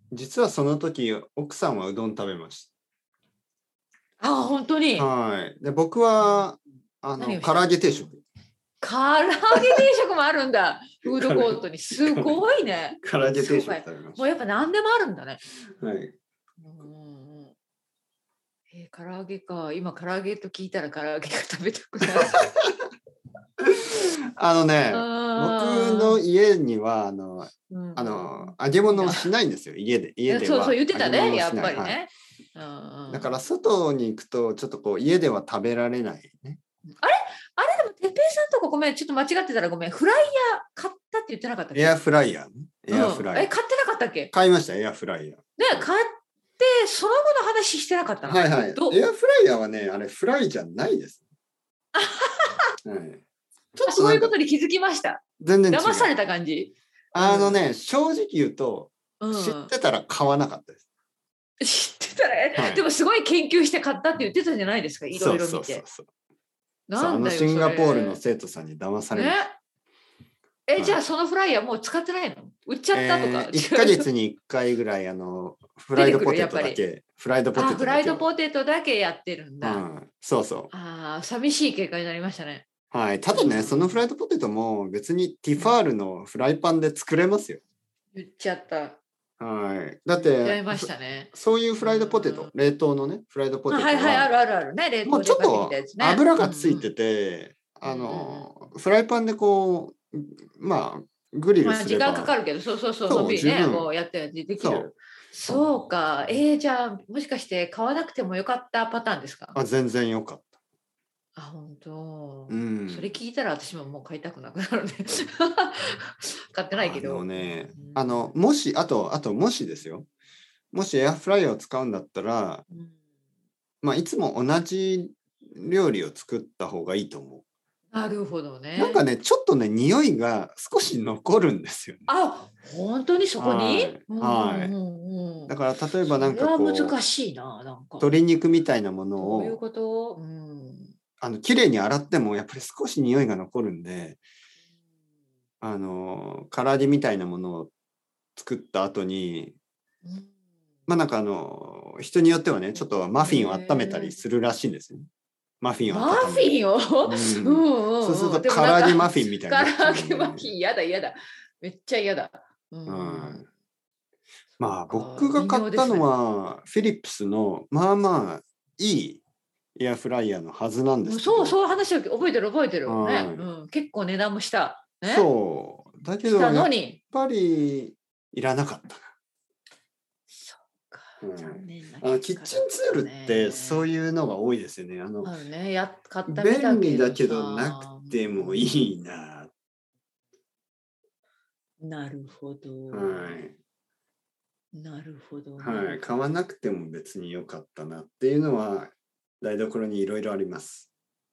実はその時、奥さんはうどん食べましあ、本当に。 た。はい。で、僕は、唐何をした揚げ定食。 唐揚げ定食もあるんだ。フードコートに。すごいね。 唐揚げ定食そうか食べましもうやっぱ何でもあるんだね。 た。はい。 うんうん。唐揚げか。今、唐揚げと聞いたら唐揚げが食べたくなる。 僕あの家には、 うん揚げ物をしないんですよ、家で。家ではそうそう言って揚げたね、やっ物をしない。はい。 ぱりね。 だから外に行くと、ちょっとこう、家では食べられないね。 あれでも、てっぺいさんとこごめん、ちょっと間違ってたらごめん。フライヤー買ったって言ってなかったっけエアフライヤーね。エアフライヤー。 買ってなかったっけ買いました、エアフライヤー。 ね、買って、その後の話してなかったな。 はいはい。エアフライヤーはね、あれフライじゃないです。はい。ちょっとそういうことに気づきました。 全然違う。 騙された感じ。 正直言うと、知ってたら買わなかったです。 知ってたら、でもすごい研究して買ったって言ってたじゃないですか、いろいろ見て。 なんだよ、シンガポールの生徒さんに騙されました。 じゃあそのフライヤーもう使ってないの？売っちゃったとか。 1ヶ月に1回ぐらいフライドポテトだけ。フライドポテトだけやってるんだ。 そうそう。 寂しい結果になりましたね。 はい。ただね、そのフライドポテトも別にティファールのフライパンで作れますよ。 言っちゃった。 はい。だって、そういうフライドポテト、冷凍のね、フライドポテトは。 はいはい、あるね、冷凍もうちょっと油がついてて、フライパンでこう、グリルすれば。 時間かかるけど、そう、のんびりね、こうやってできる。そうか。じゃあ、もしかして買わなくてもよかったパターンですか？ 全然よかった。 本当。それ聞いたら私ももう買いたくなくなるね。買ってないけど。 もしですよ。もしエアフライヤーを使うんだったら、いつも同じ料理を作った方がいいと思う。 なるほどね。 なんかね、ちょっとね、匂いが少し残るんですよね。 本当にそこに？ はい。だから例えばなんかこう、 難しいな、なんか。 鶏肉みたいなものを、 どういうこと？ 綺麗に洗ってもやっぱり少し匂いが残るんで、唐揚げみたいなものを作った後に、なんか人によってはね、ちょっとマフィンを温めたりするらしいんですよね。マフィンを温める。 マフィンをそうすると唐揚げマフィンみたいな。 唐揚げマフィン、やだ。めっちゃ嫌だ。 僕が買ったのは、フィリップスの、いいエアフライヤーのはずなんですけど。 そういう話を覚えてるね。結構値段もした。 そう。だけど、やっぱりいらなかったな。 残念なキッチンツールってそういうのが多いですよね。 買ったみたけど便利だけどなくてもいいな。 なるほど。 はい。 なるほど。 はい。買わなくても別に良かったなっていうのは台所にいろいろあります。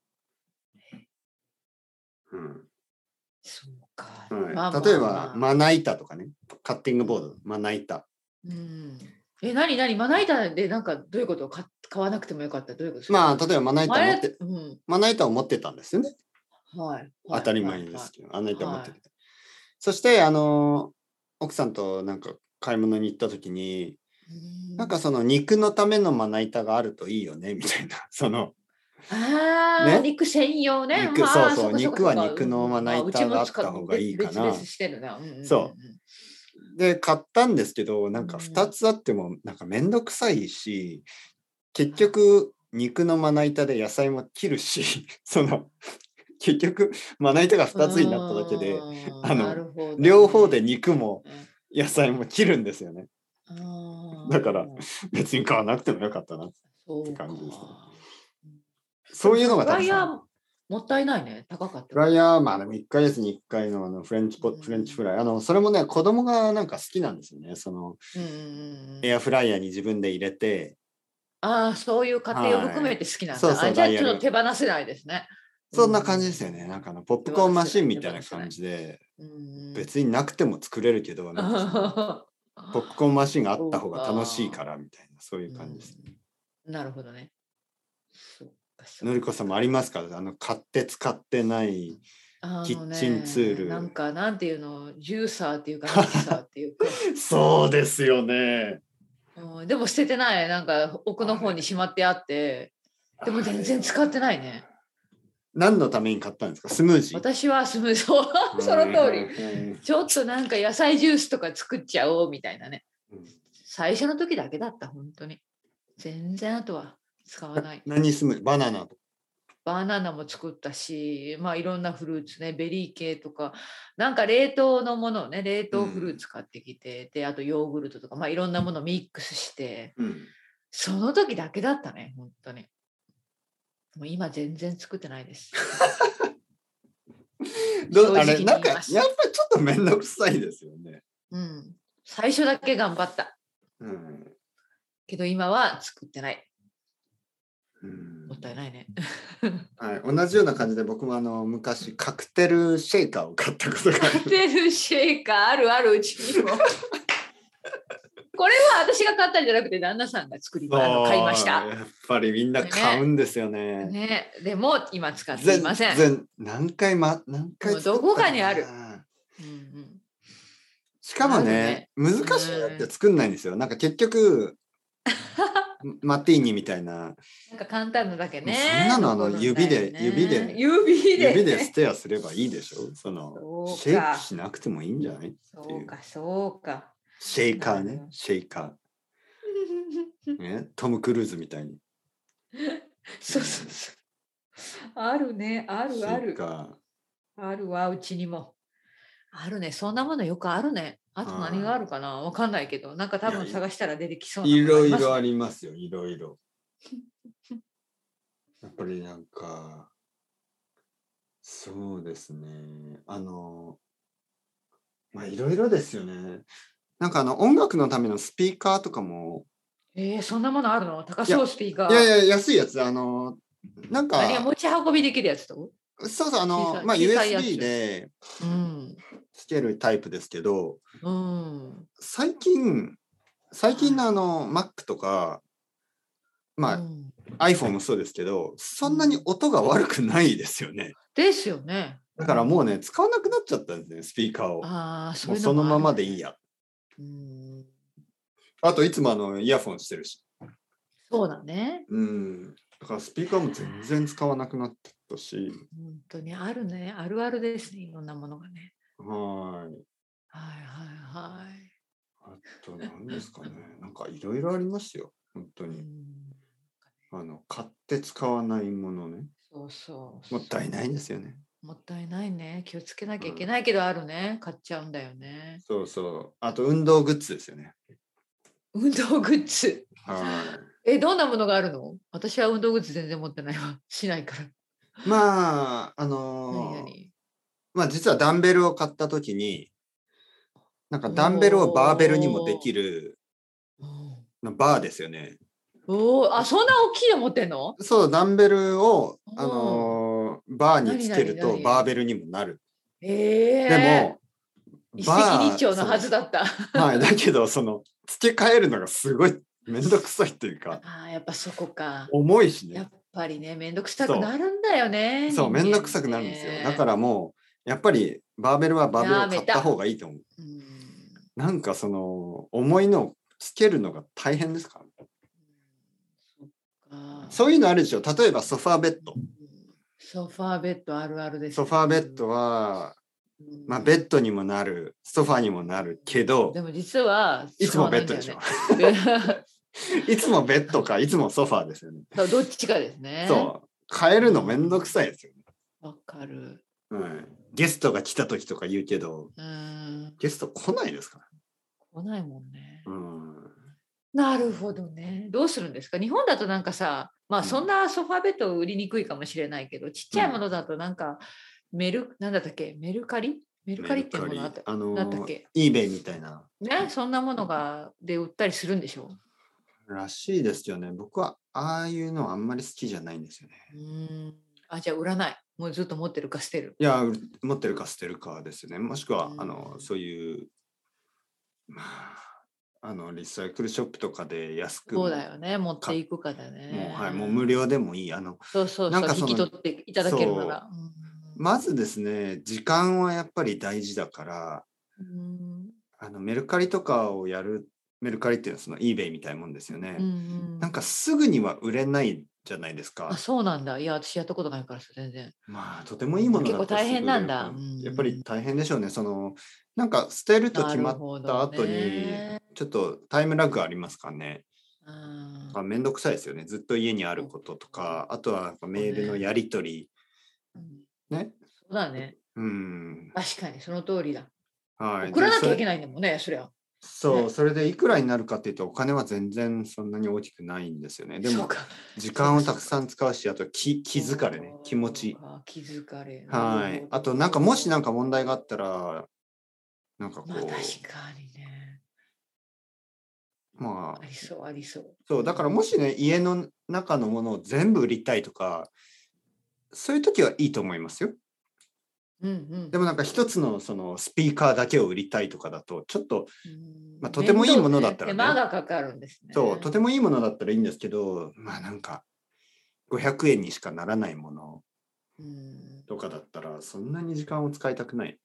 そうか。 例えばまな板とかね。カッティングボード、まな板。 何まな板でなんかどういうこと？買わなくてもよかった？どういうこと？ 例えばまな板を持ってたんですよね。当たり前ですけど、まな板を持ってて。そして奥さんとなんか買い物に行った時に、なんかその肉のためのまな板があるといいよねみたいな。 肉専用ね。 そう、肉は肉のまな板があった方がいいかな。そう。で、買ったんですけど、なんか2つあってもなんかめんどくさいし、結局肉のまな板で野菜も切るし、結局まな板が2つになっただけで、両方で肉も野菜も切るんですよね。だから別に買わなくてもよかったなって感じですね。そういうのがたくさん。 もったいないね。高かった。 フライヤー、1ヶ月に1回のフレンチフライ。それもね、子供がなんか好きなんですよね。エアフライヤーに自分で入れて。 そういう過程を含めて好きなんだ。じゃあちょっと手放せないですね。 そんな感じですよね。なんかポップコーンマシンみたいな感じで、別になくても作れるけど、なんかポップコーンマシンがあった方が楽しいからみたいな、そういう感じですね。 なるほどね。 のりこさんもありますか？買って使ってないキッチンツール。 なんかなんていうの、ジューサーっていうかミキサーっていうか。 そうですよね。 でも捨ててない。なんか奥の方にしまってあって、でも全然使ってないね。 何のために買ったんですか？スムージー。 私はスムージー。その通り。ちょっとなんか野菜ジュースとか作っちゃおうみたいなね。最初の時だけだった、本当に。全然あとは使わない。 何スムージー？バナナと。 バナナも作ったし、まあいろんなフルーツね、ベリー系とか、なんか冷凍のものをね、冷凍フルーツ買ってきて、で、あとヨーグルトとか、まあいろんなものをミックスして、その時だけだったね、本当に。もう今全然作ってないです。 あれ、なんかやっぱりちょっとめんどくさいですよね。 最初だけ頑張った。けど今は作ってない。もったいないね。 はい、同じような感じで僕も昔カクテルシェイカーを買ったことがある。 カクテルシェイカーあるある、うちにも。これは私が買ったんじゃなくて旦那さんが買いました。 やっぱりみんな買うんですよね。 でも今使っていません。 何回どこかにある。 しかもね、難しいなって作んないんですよ。なんか結局マティーニみたいな。 なんか簡単なだけね。 そんなの指でステアすればいいでしょ。シェイクしなくてもいいんじゃない？ そうか。 シェイカーね、シェイカー。ね、トム・クルーズみたいに。 そう。あるね、ある。あるわ、うちにも。あるね、そんなものよくあるね。あと何があるかな、わかんないけど、なんか多分探したら出てきそうな。 いろいろありますよ、いろいろ。やっぱりなんか、そうですね。まあいろいろですよね。なんか音楽のためのスピーカーとかも。 そんなものあるの？高そうスピーカー。 いや安いやつ。なんか。 何が持ち運びできるやつと？ そうまあ USB でつけるタイプですけど、最近のMac とか、まあ iPhone もそうですけど、そんなに音が悪くないですよね。 ですよね。 だからもうね、使わなくなっちゃったんですね、スピーカーを。もうそのままでいいや。あといつもイヤフォンしてるし。 そうだね。 だからスピーカーも全然使わなくなったし。 本当にあるね。あるあるですね。いろんなものがね。 はい。あと何ですかね。なんかいろいろありますよ。本当に。買って使わないものね。もったいないですよね。 もったいないね。気をつけなきゃいけないけどあるね。買っちゃうんだよね。 あと運動グッズですよね。 運動グッズ。どんなものがあるの？私は運動グッズ全然持ってないわ。しないから。 まあまあ実はダンベルを買った時に、なんかダンベルをバーベルにもできるバーですよね。 そんな大きいの持ってんの？ そう、ダンベルをバーにつけるとバーベルにもなる。でも一石二鳥のはずだった。 はい、だけど付け替えるのがすごいめんどくさいっていうか。 やっぱそこか。 重いしね。 やっぱりね、めんどくさくなるんだよね。 そう、めんどくさくなるんですよ。だからもうやっぱりバーベルはバーベルを買った方がいいと思う。なんか重いのをつけるのが大変ですからね。そういうのあるでしょ。例えばソファーベッド。 ソファーベッドあるあるです。 ソファーベッドは、まあベッドにもなる、ソファーにもなるけど、 でも実はいつもベッドでしょ。いつもベッドか、いつもソファーですよね。 どっちかですね。 そう。変えるのめんどくさいですよね。 わかる。 ゲストが来た時とか言うけど、ゲスト来ないですから。 来ないもんね。なるほどね。どうするんですか？日本だとなんかさ、まあそんなソファーベッド売りにくいかもしれないけど、ちっちゃいものだとなんかなんだったっけ？メルカリっていうものあった。なんだっけ ？eBay みたいな。 ね、そんなもので売ったりするんでしょ？ らしいですよね。僕はああいうのあんまり好きじゃないんですよね。 じゃあ売らない。もうずっと持ってるか捨てる。 いや、持ってるか捨てるかですね。もしくはそういうまあリサイクルショップとかで安く。 そうだよね。持っていくかだね。 もう無料でもいい。 そう引き取っていただけるなら。 まずですね、時間はやっぱり大事だから、メルカリとかをやる、メルカリっていうのはその eBay みたいなもんですよね。なんかすぐには売れないじゃないですか。 あ、そうなんだ。いや、私やったことないから全然。 まあとてもいいものだったら結構大変なんだ。 やっぱり大変でしょうね。なんか捨てると決まった後にちょっとタイムラグありますかね。めんどくさいですよね。ずっと家にあることとか、あとはメールのやり取り。ね。 そうだね。確かにその通りだ。はい。送らなきゃいけないんだもんね、そりゃ。 そう、それでいくらになるかっていうと、お金は全然そんなに大きくないんですよね。でも、時間をたくさん使うし、あと気疲れね、気持ち。 気疲れ。 はい。あと、もし問題があったら、 まあ確かにね。 まあ、 ありそう、ありそう。 そう、だからもしね、家の中のものを全部売りたいとか、そういう時はいいと思いますよ。でも一つのそのスピーカーだけを売りたいとかだとちょっと、とてもいいものだったらね、 手間がかかるんですね。 そう、とてもいいものだったらいいんですけど、500円にしかならないものとかだったらそんなに時間を使いたくない。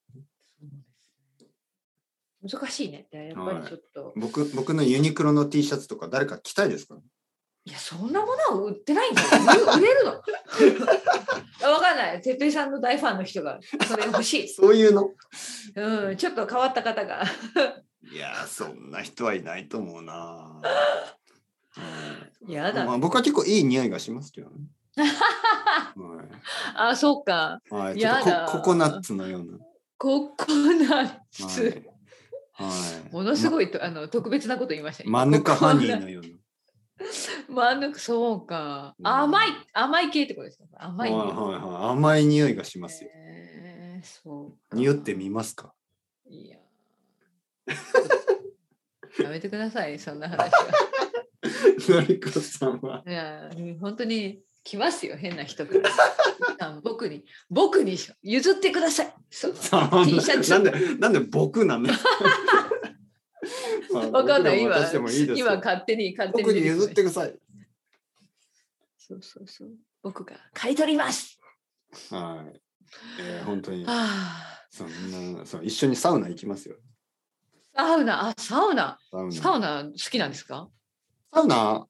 難しいね。やっぱりちょっと、 僕のユニクロの T シャツとか誰か着たいですか？ いや、そんなものは売ってないんだよ。売れるのわかんない。てっぺいさんの大ファンの人がそれ欲しい。 そういうのちょっと変わった方が。 いや、そんな人はいないと思うな。 やだ、ね。 僕は結構いい匂いがしますけどね。 あ、そうか。 はい、ちょっとココナッツのような。 ココナッツ。ものすごい特別なこと言いましたね。 マヌカハニーのような。 そうか。甘い系ってことですか？甘い匂い。 甘い匂いがしますよ。 そうか。 匂ってみますか？ いや。やめてください、そんな話は。 のりこさんは。 いや、本当に来ますよ、変な人から。僕に譲ってください。 T シャツ。なんで僕なんですか？ わかんない。今勝手に。 僕に譲ってください。 そう。僕が買い取ります。 はい。本当に。一緒にサウナ行きますよ。 サウナ好きなんですか？ サウナ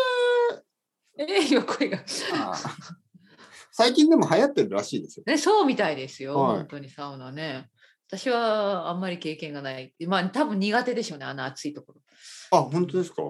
今声が。 最近でも流行ってるらしいですよ。 ね、そうみたいですよ。本当にサウナね。私はあんまり経験がない。まあ多分苦手でしょうね、暑いところ。 あ、本当ですか？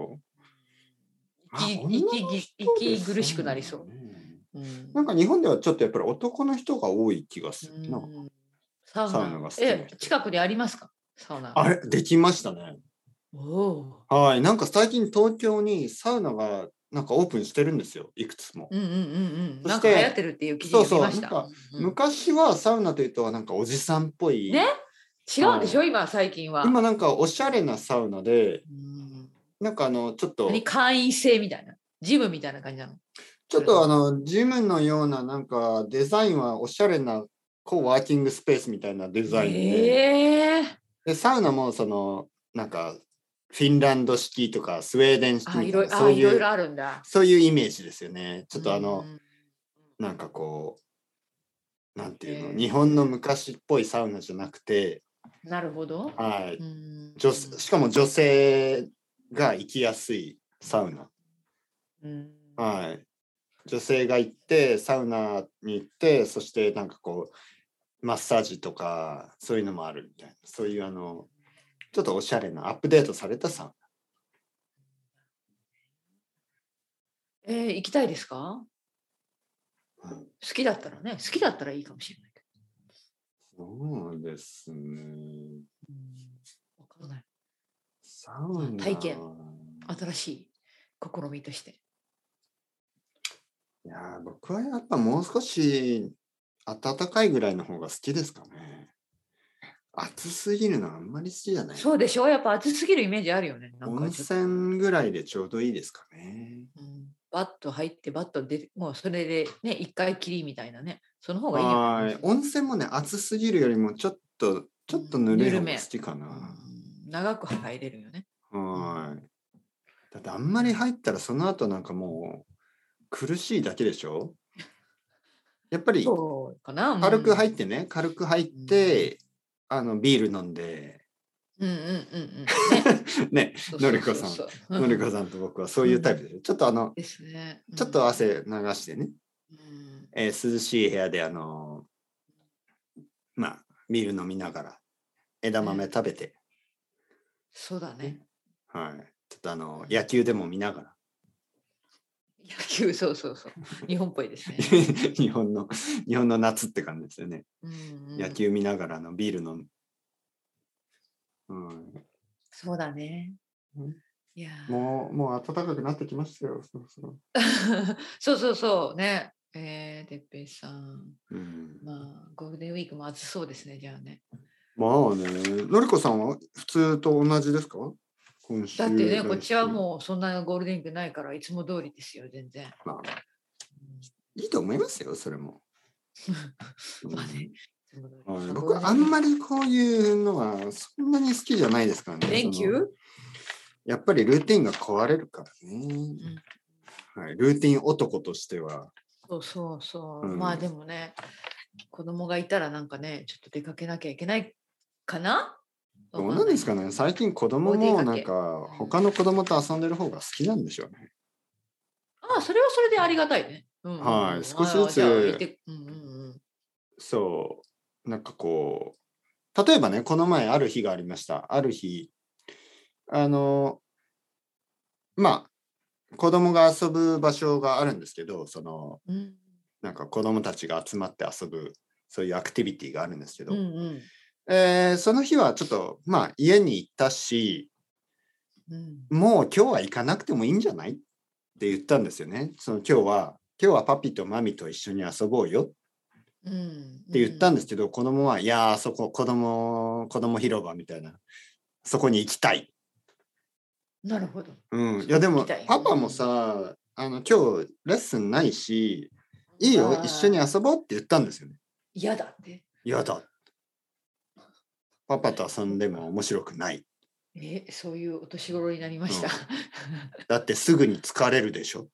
息苦しくなりそう。 日本ではちょっとやっぱり男の人が多い気がするな。 サウナが好き。近くにありますか？サウナ。 あれ、できましたね。はい、最近東京にサウナがオープンしてるんですよ、いくつも。 なんか流行ってるっていう記事を見ました。 昔はサウナというとおじさんっぽい。 ね、違うんでしょ、今最近は。 今おしゃれなサウナで、ちょっと会員制みたいな、ジムみたいな感じなの。 ちょっとジムのようなデザインはおしゃれなコワーキングスペースみたいなデザインで、サウナもフィンランド式とかスウェーデン式みたいな、 いろいろあるんだ。 そういうイメージですよね。ちょっとなんていうの、日本の昔っぽいサウナじゃなくて、 なるほど。 はい。しかも女性が行きやすいサウナ。はい。女性が行ってサウナに行って、そしてマッサージとかそういうのもあるみたいな、そういうちょっとおしゃれなアップデートされたサウナ。行きたいですか？好きだったらいいかもしれないけど。そうですね。 わからない。 サウナ。 体験。新しい試みとして。 いや、僕はやっぱもう少し暖かいぐらいの方が好きですかね。暑すぎるのはあんまり好きじゃない。 そうでしょ、やっぱ暑すぎるイメージあるよね。 温泉ぐらいでちょうどいいですかね。 バッと入ってバッと出て、もうそれでね、一回きりみたいなね、その方がいいよね。 温泉もね、暑すぎるよりもちょっとぬるい方が好きかな。 長く入れるよね。 はい。だってあんまり入ったらその後もう苦しいだけでしょ？ やっぱり軽く入ってね、軽く入って、ビール飲んで、ね、のりこさんと僕はそういうタイプで、ちょっとちょっと汗流してね、涼しい部屋でビール飲みながら枝豆食べて、 そうだね。 はい。ちょっと野球でも見ながら。 野球、そう。日本っぽいですね。 日本の夏って感じですよね。野球見ながらのビール飲む。 そうだね。 いやもう暖かくなってきましたよ。 そうね。てっぺいさん。ゴールデンウィークも暑そうですね、じゃあね。 まあね。のりこさんは普通と同じですか？ だってね、こっちはもうそんなゴールデンウィークないからいつも通りですよ、全然。 いいと思いますよ、それも。僕はあんまりこういうのはそんなに好きじゃないですからね。 連休？ やっぱりルーティンが壊れるからね。ルーティン男としては。 そう。まあでもね、子供がいたらなんかね、ちょっと出かけなきゃいけないかな？ どうなんですかね。最近子供もなんか他の子供と遊んでる方が好きなんでしょうね。 それはそれでありがたいね。 はい、少しずつ。そう、なんかこう、例えばね、この前ある日がありました。ある日、子供が遊ぶ場所があるんですけど、なんか子供たちが集まって遊ぶ、そういうアクティビティがあるんですけど、その日はちょっと家に行ったし、もう今日は行かなくてもいいんじゃないって言ったんですよね。今日はパピとマミと一緒に遊ぼうよって言ったんですけど、子供はいやそこ子供広場みたいな、そこに行きたい。 なるほど。 いやでもパパもさ、今日レッスンないし、いいよ一緒に遊ぼうって言ったんですよね。 嫌だって。 嫌だ。パパと遊んでも面白くない。 そういうお年頃になりました。 だってすぐに疲れるでしょ。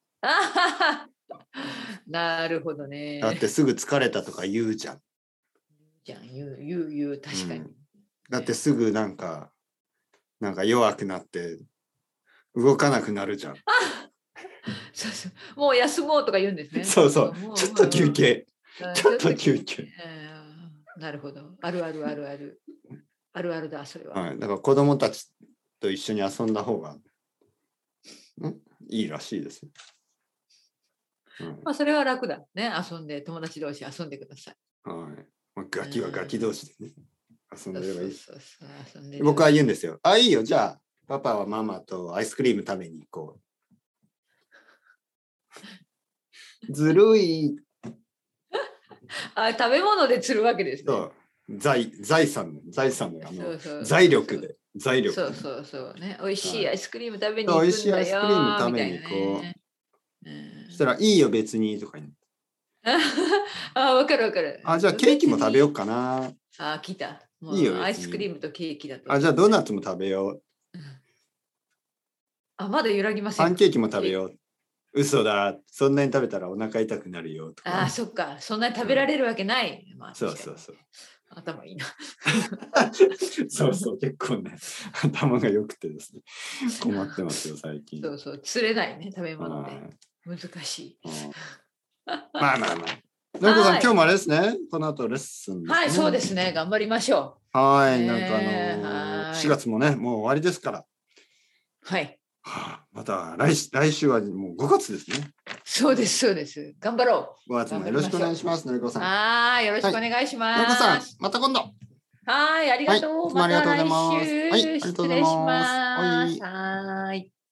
なるほどね。 だってすぐ疲れたとか言うじゃん。 言う、確かに。 だってすぐなんか弱くなって動かなくなるじゃん。 そうもう休もうとか言うんですね。 そうちょっと休憩。ちょっと休憩。 なるほど。あるだ、それは。 だから子供たちと一緒に遊んだ方がいいらしいです。 それは楽だね。遊んで、友達同士遊んでください。 ガキはガキ同士でね、遊んでればいい。僕は言うんですよ。いいよ、じゃあパパはママとアイスクリーム食べに行こう。ずるい。 食べ物で釣るわけですね。 財産の財力で。 そうね。美味しいアイスクリーム食べに行くんだよ。 美味しいアイスクリーム食べに行こう。そしたらいいよ別にとか言う。 わかる。 じゃあケーキも食べようかな。 来た。 いいよ。 アイスクリームとケーキだと。 じゃあドーナツも食べよう。 まだ揺らぎません。 パンケーキも食べよう。嘘だ。そんなに食べたらお腹痛くなるよとか。 そっか。そんなに食べられるわけない。 そう。 頭いいな。 そう、結構ね、頭が良くてですね、困ってますよ、最近。 そう、釣れないね、食べ物で。難しい。 まあ。のりこさん、今日もあれですね、この後レッスンですね。 そうですね、頑張りましょう。なんか4月もね、もう終わりですから。 はい。 また来週はもう5月ですね。 そうです。頑張ろう。5月もよろしくお願いします、のりこさん。 よろしくお願いします。 のりこさん、また今度。 ありがとう。 ありがとうございます。 また来週。 ありがとうございます。 失礼します。はい。